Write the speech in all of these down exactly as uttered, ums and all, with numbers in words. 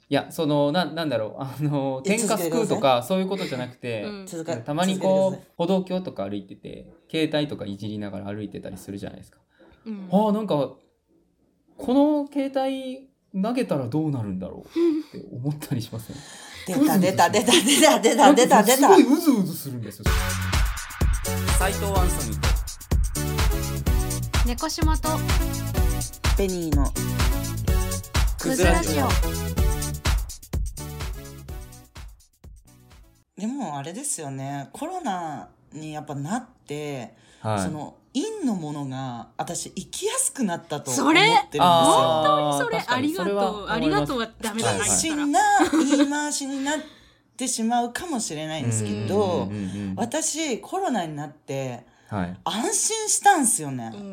いやその な, なんだろうあの天かす食うとかそういうことじゃなくて、うん、たまにこう歩道橋とか歩いてて携帯とかいじりながら歩いてたりするじゃないですか、うん、あなんかこの携帯投げたらどうなるんだろうって思ったりしますね出た出た出た出た出た出た出たすごいうずうずするんですよ。斉藤アンソニーと猫島とベニーのクズラジオ。 でもあれですよね、コロナにやっぱなって、はい、その陰のものが私生きやすくなったと思ってるんですよ。 本当にそれありがとうありがとうはダメだな。 不謹慎な言い回しになってしまうかもしれないんですけど私コロナになってはい、安心したんすよね、うん、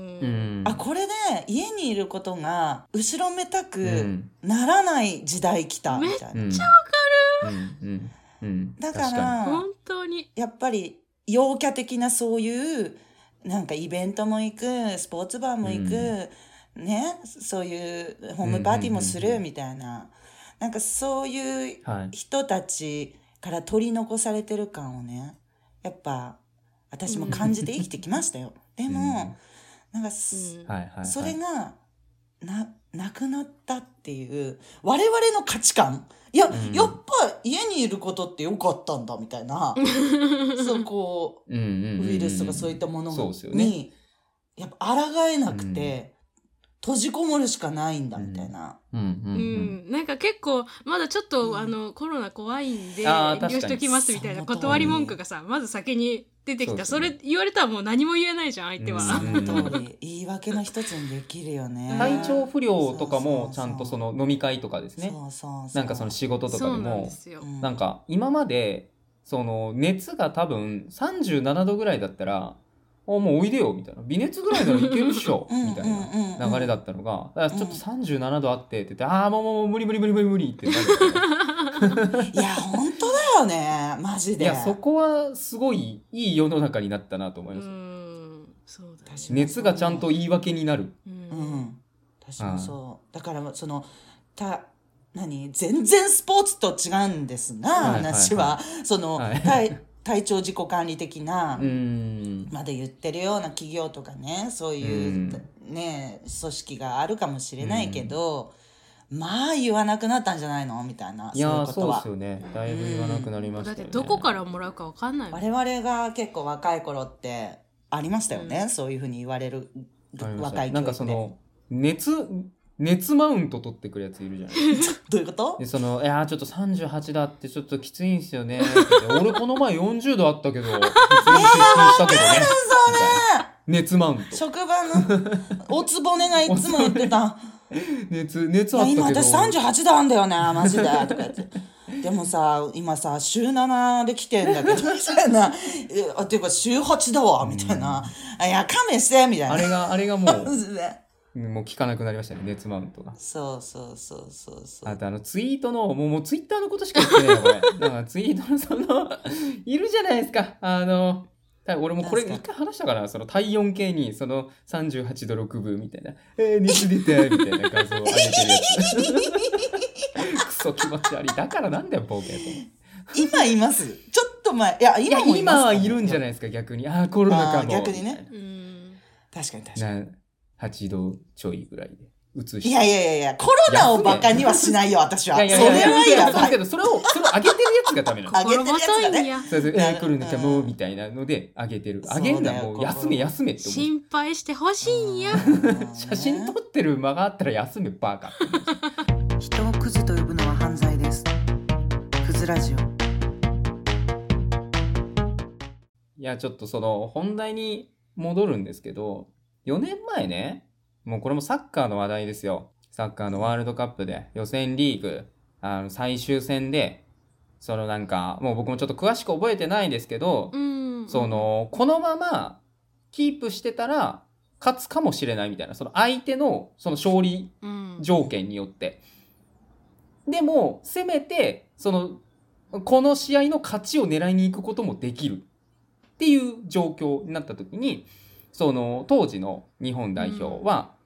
あこれで家にいることが後ろめたくならない時代来たみたいな、 めっちゃわかる、うんうんうん、だから本当にやっぱり陽キャ的なそういうなんかイベントも行くスポーツバーも行く、うん、ねそういうホームパーティーもするみたいな、うんうんうん、なんかそういう人たちから取り残されてる感をねやっぱ私も感じて生きてきましたよ、うん、でも、うん、なんか、うん、それが な, なくなったっていう我々の価値観いや、うん、やっぱ家にいることってよかったんだみたいなそうこう、うんうんうんうん、ウイルスとかそういったものに、ね、やっぱ抗えなくて、うん閉じこもるしかないんだみたいな、 うんうんうんうん、なんか結構まだちょっと、うん、あのコロナ怖いんで遠慮しときますみたいな断り文句がさまず先に出てきた。 そ, それ言われたらもう何も言えないじゃん相手は、 その通り言い訳の一つにできるよね。 体調不良とかもちゃんとその飲み会とかですね、そうそうそうなんかその仕事とかでもなんですよ、なんか今までその熱が多分さんじゅうななどぐらいだったらあもうおいでよみたいな微熱ぐらいならいけるっしょみたいな流れだったのがだからちょっとさんじゅうななどあってって言って、うん、ああもうもう無理無理無理無理無理ってなるいや本当だよねマジで。 いやそこはすごいいい世の中になったなと思います。うんそうだ、ね、熱がちゃんと言い訳になる。 うん、うん、私もそうだからそのた何全然スポーツと違うんですが、はいはいはい、話はその、はい、体調自己管理的なまで言ってるような企業とかねそういうね組織があるかもしれないけどまあ言わなくなったんじゃないのみたいな。 いやそういうことはそうですよねだいぶ言わなくなりましたよね。 だってどこからもらうか分かんないもん。 我々が結構若い頃ってありましたよね、うん、そういうふうに言われる若い教育でなんかその熱熱マウント取ってくるやついるじゃないどういうことでそのいやちょっとさんじゅうはちだってちょっときついんすよねって俺この前よんじゅうどあったけど普通に出勤したけどねそれ熱マウント職場のおつぼねがいつも言ってた熱熱あったけど今私さんじゅうはちどあんだよねマジでとか言ってでもさ今さ週ななで来てんだけどみたいなあっていうか週はちだわみたいな、うん、いや勘弁してみたいなあれがあれがもうもう聞かなくなりましたね熱マウントが。 そうそうそうそうそう。 あとあのツイートのもうもうツイッターのことしか言ってないよこれだからツイートのそのいるじゃないですかあの俺もこれ一回話したかなその体温計にそのさんじゅうはちどろくぶみたいなえー熱出たみたいな画像を上げてるやつクソ気持ち悪いだからなんだよボケと今いますちょっと前いや今もいますか、ね、 今はいるんじゃないですか逆にあーコロナかも逆にねうん確かに確かにはちどちょいぐらいで移していやいやいやいやコロナをバカにはしないよ私は。いやいやいやそれはやばいけどそれをそれを上げてるやつがダメなの。 上げてるやつがねそうそうえー、来るんだもうみたいなので上げてる上げるなもう休め休めって思う。 心配してほしいんや写真撮ってる間があったら休めバカ人をクズと呼ぶのは犯罪です。クズラジオ。 いやちょっとその本題に戻るんですけどよねんまえねもうこれもサッカーの話題ですよ。サッカーのワールドカップで予選リーグあの最終戦でそのなんかもう僕もちょっと詳しく覚えてないですけど、うん、そのこのままキープしてたら勝つかもしれないみたいなその相手のその勝利条件によって、うん、でもせめてそのこの試合の勝ちを狙いに行くこともできるっていう状況になった時にその当時の日本代表は、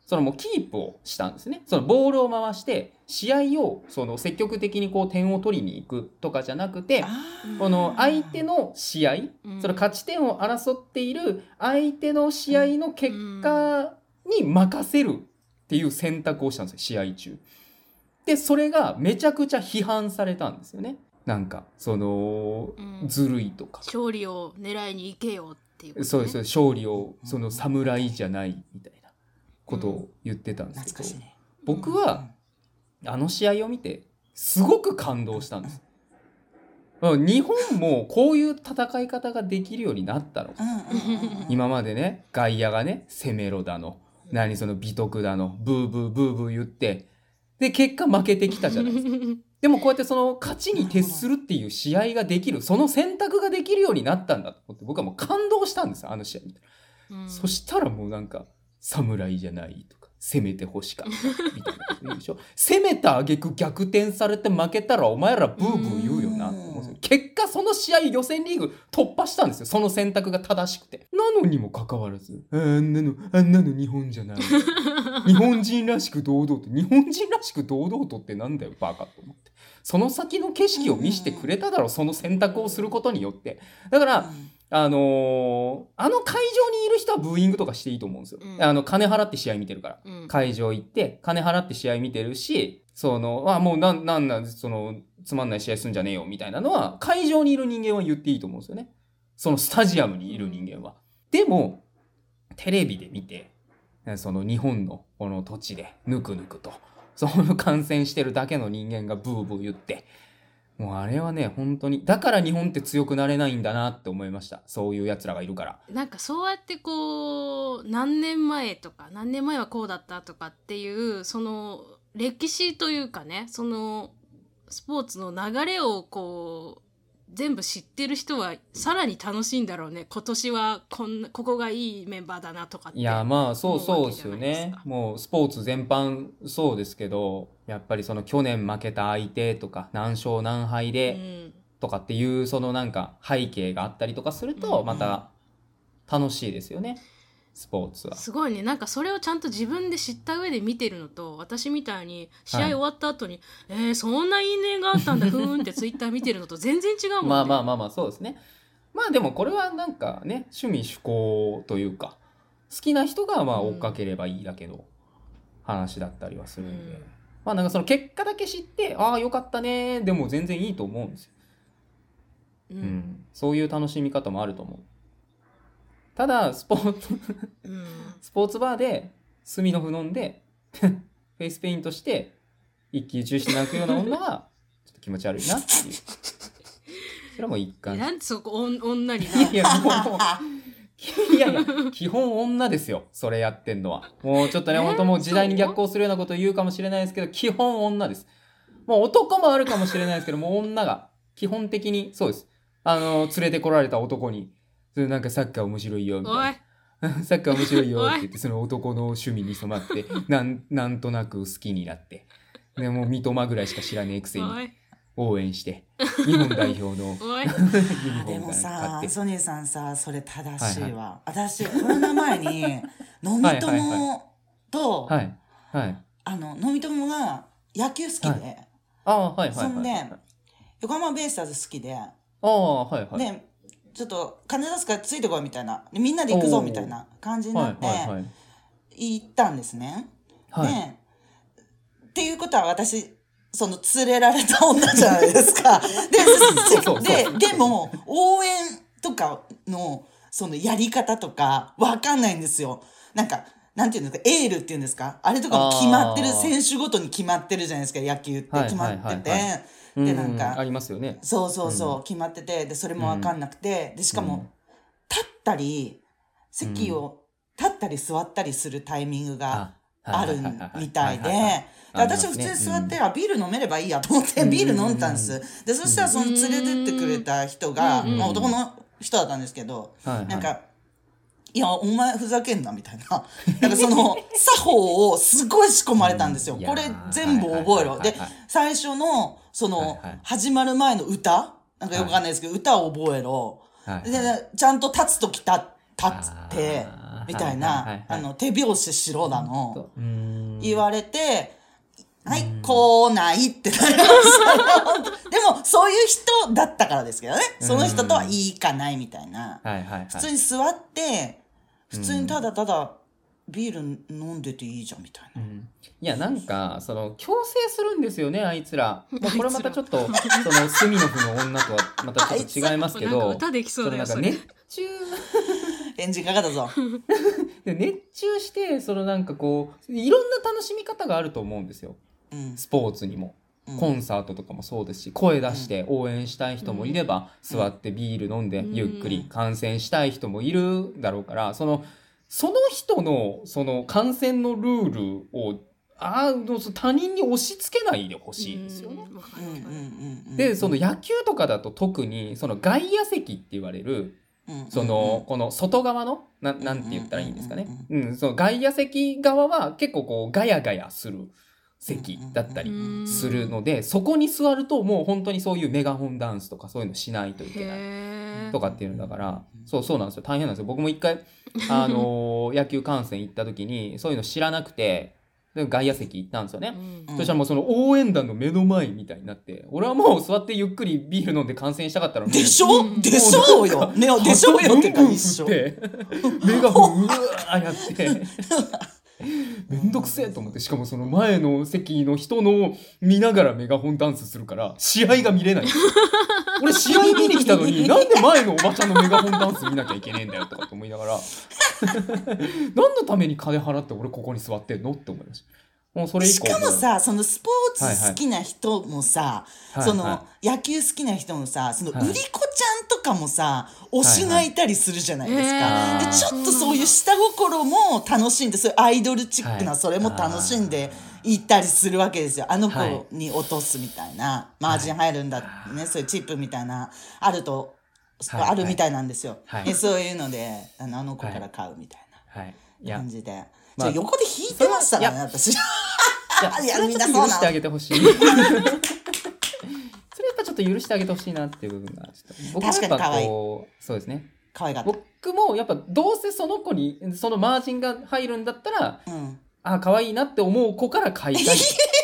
そのもうキープをしたんですね。そのボールを回して試合をその積極的にこう点を取りに行くとかじゃなくて、この相手の試合、その勝ち点を争っている相手の試合の結果に任せるっていう選択をしたんですよ、試合中。でそれがめちゃくちゃ批判されたんですよね。なんかその、うん、ずるいとか、 勝利を狙いに行けよっていうこと、ね、 そうです、勝利をその侍じゃないみたいなことを言ってたんですけど、うんね、僕はあの試合を見てすごく感動したんです。日本もこういう戦い方ができるようになったのか。今までね、外野がね、攻めろだの、何その美徳だの、ブーブーブーブー言って、で結果負けてきたじゃないですか。でもこうやってその勝ちに徹するっていう試合ができる、その選択ができるようになったんだと思って、僕はもう感動したんですよ、あの試合見て。うん、そしたらもうなんか侍じゃないとか攻めてほしかったみたいなこと言うでしょ。攻めた挙句逆転されて負けたらお前らブーブー言うよなって思うんですよ。結果その試合予選リーグ突破したんですよ、その選択が正しくて。なのにもかかわらず、あんなのあんなの日本じゃない日本人らしく堂々と、日本人らしく堂々とってなんだよバカと思って。その先の景色を見せてくれただろう、その選択をすることによって。だからあのー、あの会場にいる人はブーイングとかしていいと思うんですよ、うん、あの金払って試合見てるから、うん、会場行って金払って試合見てるし、そのあもうなんなんなんそのつまんない試合すんじゃねえよみたいなのは会場にいる人間は言っていいと思うんですよね、そのスタジアムにいる人間は。でもテレビで見てその日本のこの土地でぬくぬくとその観戦してるだけの人間がブーブー言って、もうあれはね本当にだから日本って強くなれないんだなって思いました。そういうやつらがいるから。 なんかそうやってこう何年前とか何年前はこうだったとかっていうその歴史というかね、そのスポーツの流れをこう全部知ってる人はさらに楽しいんだろうね。今年はこんなここがいいメンバーだなとかって。 いやまあそうそうですよね。もうスポーツ全般そうですけど、やっぱりその去年負けた相手とか何勝何敗でとかっていうそのなんか背景があったりとかするとまた楽しいですよね、スポーツは。 すごいね。なんかそれをちゃんと自分で知った上で見てるのと、私みたいに試合終わった後に、はい、えー、そんないいねがあったんだふーんってツイッター見てるのと全然違うもんね。 まあまあまあまあそうですね。まあでもこれはなんかね、趣味趣向というか好きな人がまあ追っかければいいだけの話だったりはするんで、うん、まあなんかその結果だけ知ってああよかったねでも全然いいと思うんですよ、うんうん、そういう楽しみ方もあると思う。ただスポーツ、うん、スポーツバーでスミノフ飲んでフェイスペイントして一喜一憂して泣くような女はちょっと気持ち悪いなっていう。それはもう一貫。 なんでそこ女にな。いやもういやいや基本女ですよ。それやってんのはもうちょっとね、えー、本当もう時代に逆行するようなことを言うかもしれないですけど、基本女です。もう男もあるかもしれないですけど、もう女が基本的にそうです。あの連れてこられた男になんかサッカー面白いよみたいなサッカー面白いよって言ってその男の趣味に染まってなん、なんとなく好きになってでもう三笘ぐらいしか知らねえくせに応援して日本代表のユニフォームでもさソニーさんさそれ正しいわ、はいはい、私コロナ前に飲み友とはいはい、あの飲み友が野球好きで、はい、 ああはいはいはい、 そんで横浜ベイスターズ好きで、 ああはいはい、 でちょっと金出すからついてこいみたいな、みんなで行くぞみたいな感じになって行ったんですね、はいはいはい、でっていうことは私その連れられた女じゃないですかで, で, でも応援とかのそのやり方とかわかんないんですよ。なんかなんていうんですか、エールっていうんですか、あれとかも決まってる、選手ごとに決まってるじゃないですか、野球って決まってて、はいはいはいはい、でなんかありますよね。 そうそうそう、うん、決まってて、でそれも分かんなくて、でしかも、うん、立ったり席を立ったり座ったりするタイミングがあるみたいで、私は普通に座って、あ、ビール飲めればいいやと思ってビール飲んだんです、うん、でそしたらその連れてってくれた人が、まあ、男の人だったんですけど、はいはい、なんかいやお前ふざけんなみたいな、なんかその作法をすごい仕込まれたんですよ、うん、これ全部覚えろ、で最初のその、はいはい、始まる前の歌なんかよくわかんないですけど、はい、歌を覚えろ、はいはい、でちゃんと立つとき立っ立ってあーみたいはいはいはいはいなあの手拍子しろだのうーん言われて、はいうん来ないってなりましたでもそういう人だったからですけどね、その人とはいいかないみたいな、 はいはいはい普通に座って普通にただただビール飲んでていいじゃんみたいな、 うんいやなんかその強制するんですよねあいつら。まあ、これまたちょっとそのスミノフの女とはまたちょっと違いますけなんかど歌できそうだよそのなんかそれ熱中エンジンかかったぞで熱中してそのなんかこういろんな楽しみ方があると思うんですようんスポーツにも。コンサートとかもそうですし声出して応援したい人もいれば、座ってビール飲んでゆっくり観戦したい人もいるだろうからそのその人のその観戦のルールをあの他人に押し付けないでほしいですよね。 うんわかうんうんるわかるうんうんでその野球とかだと特にその外野席って言われるそのこの外側のななんて言ったらいいんですかね、うん、その外野席側は結構こうガヤガヤする席だったりするのでそこに座るともう本当にそういうメガホンダンスとかそういうのしないといけないへとかっていうのだからそうそうなんですよ大変なんですよ。僕も一回あのー野球観戦行った時にそういうの知らなくてで外野席行ったんですよね、 うんそしたらもうその応援団の目の前みたいになって俺はもう座ってゆっくりビール飲んで観戦したかったらもうでしょ、 うんでしょうよ、ね、でしょうよってか一緒ブンブン振ってメガホンうわーやってめんどくせえと思って、しかもその前の席の人の見ながらメガホンダンスするから試合が見れない俺試合見に来たのになんで前のおばちゃんのメガホンダンス見なきゃいけねえんだよとかって思いながら何のために金払って俺ここに座ってんのって思いました。もうそれ以し降かもさそのスポーツ好きな人もさ、 はいはいその、 は野球好きな人もさそのはい売り子ちゃんとかもさ推しがいたりするじゃないですか、 はいはいでちょっとそういう下心も楽しんでそういうアイドルチックなはいそれも楽しんでいったりするわけですよ。あの子はいに落とすみたいな、マージン入るんだね、そういうチップみたいなあると、 はいあるみたいなんですよ、 はいでそういうのであのあの子から買うみたいはいいなや感じで、 まあちょ横で弾いてましたからね私いや、 いやそれはちょっと許してあげてほしい。それやっぱちょっと許してあげてほしいなっていう部分がちょっと僕はやっぱ確かに可愛いこうそうですね。 可愛かった。 僕もやっぱどうせその子にそのマージンが入るんだったら、 うんあ可愛いなって思う子から買いたい。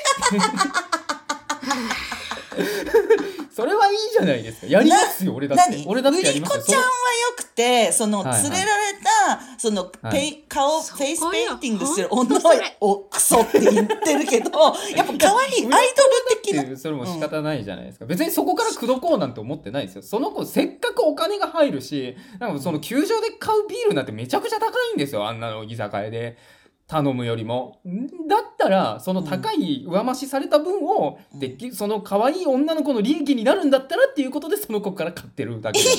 それはいいじゃないですか。やりますよ俺だって何俺だってやりますよ。 売り子ちゃんはよくてそのはいはい連れられたそのはいペイ顔そこよフェイスペインティングする女ほんとそれをクソって言ってるけどやっぱ可愛いアイドル的なっていうそれも仕方ないじゃないですか、別にそこから口説こうなんて思ってないですよ。その子せっかくお金が入るしなんかその球場で買うビールなんてめちゃくちゃ高いんですよ、あんなの居酒屋で頼むよりも。んだったらその高い上増しされた分を、 うんできその可愛い女の子の利益になるんだったらっていうことでその子から買ってるだけで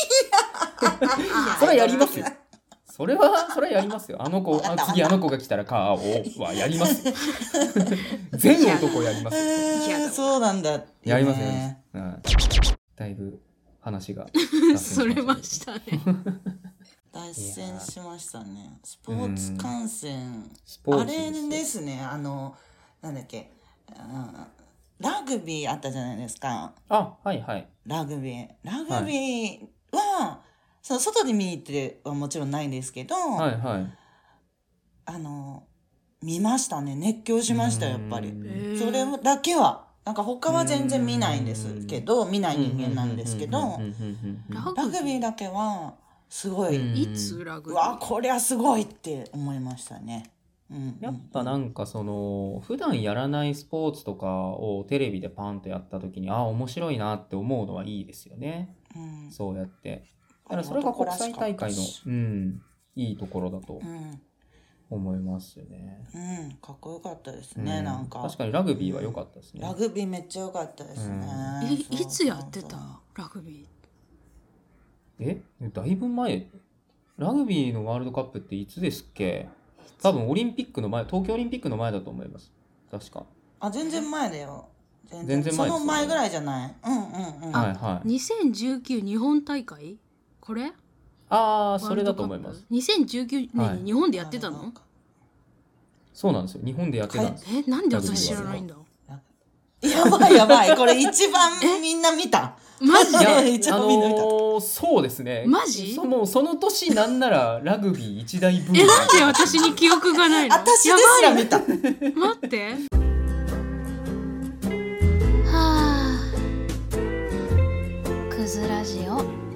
それはやりますよ。それはそれはやりますよ。あの子あ次あの子が来たら買おうはやりますよ全男やりますよ。 えーそうなんだってねやりますね、うん、だいぶ話がそれましたね脱線しましたね。スポーツ観戦スポあーツですよれですねあのなんだっけあラグビーあったじゃないですか。 あはいはいラグビーラグビーは、その外で見に行ってはもちろんないんですけど、 はいはいあの見ましたね。熱狂しましたやっぱり。 へーそれだけはなんか他は全然見ないんですけど見ない人間なんですけどラグビーだけはすごい、 うんいつラグビーうわこりゃすごいって思いましたね。うんやっぱなんかその普段やらないスポーツとかをテレビでパンとやった時にあ面白いなって思うのはいいですよね、 うんそうやってだからそれが国際大会の、うん、いいところだとうん思いますよね、 うん、かっこよかったですね、 うんなんか確かにラグビーは良かったですね、 ラグビーめっちゃ良かったですね、 えそういつやってたそうそうラグビえだいぶ前ラグビーのワールドカップっていつですっけ？多分オリンピックの前東京オリンピックの前だと思います確か。 あ全然前だよ全全然前ですよねその前ぐらいじゃないうんうんうんはいはいーにせんじゅうきゅう日本大会これああそれだと思います。 にせんじゅうきゅうねんに日本でやってたの、 そうなんですよ日本でやってたんです。 えなんで私知らないんだやばいやばいこれ一番みんな見たマジいや、 一あの応みんな見たーそうですね。 マジそもうその年なんならラグビー一大ブーム。 え、なんで私に記憶がないの？ 私ですら見た。 待ってはあ、クズラジオ。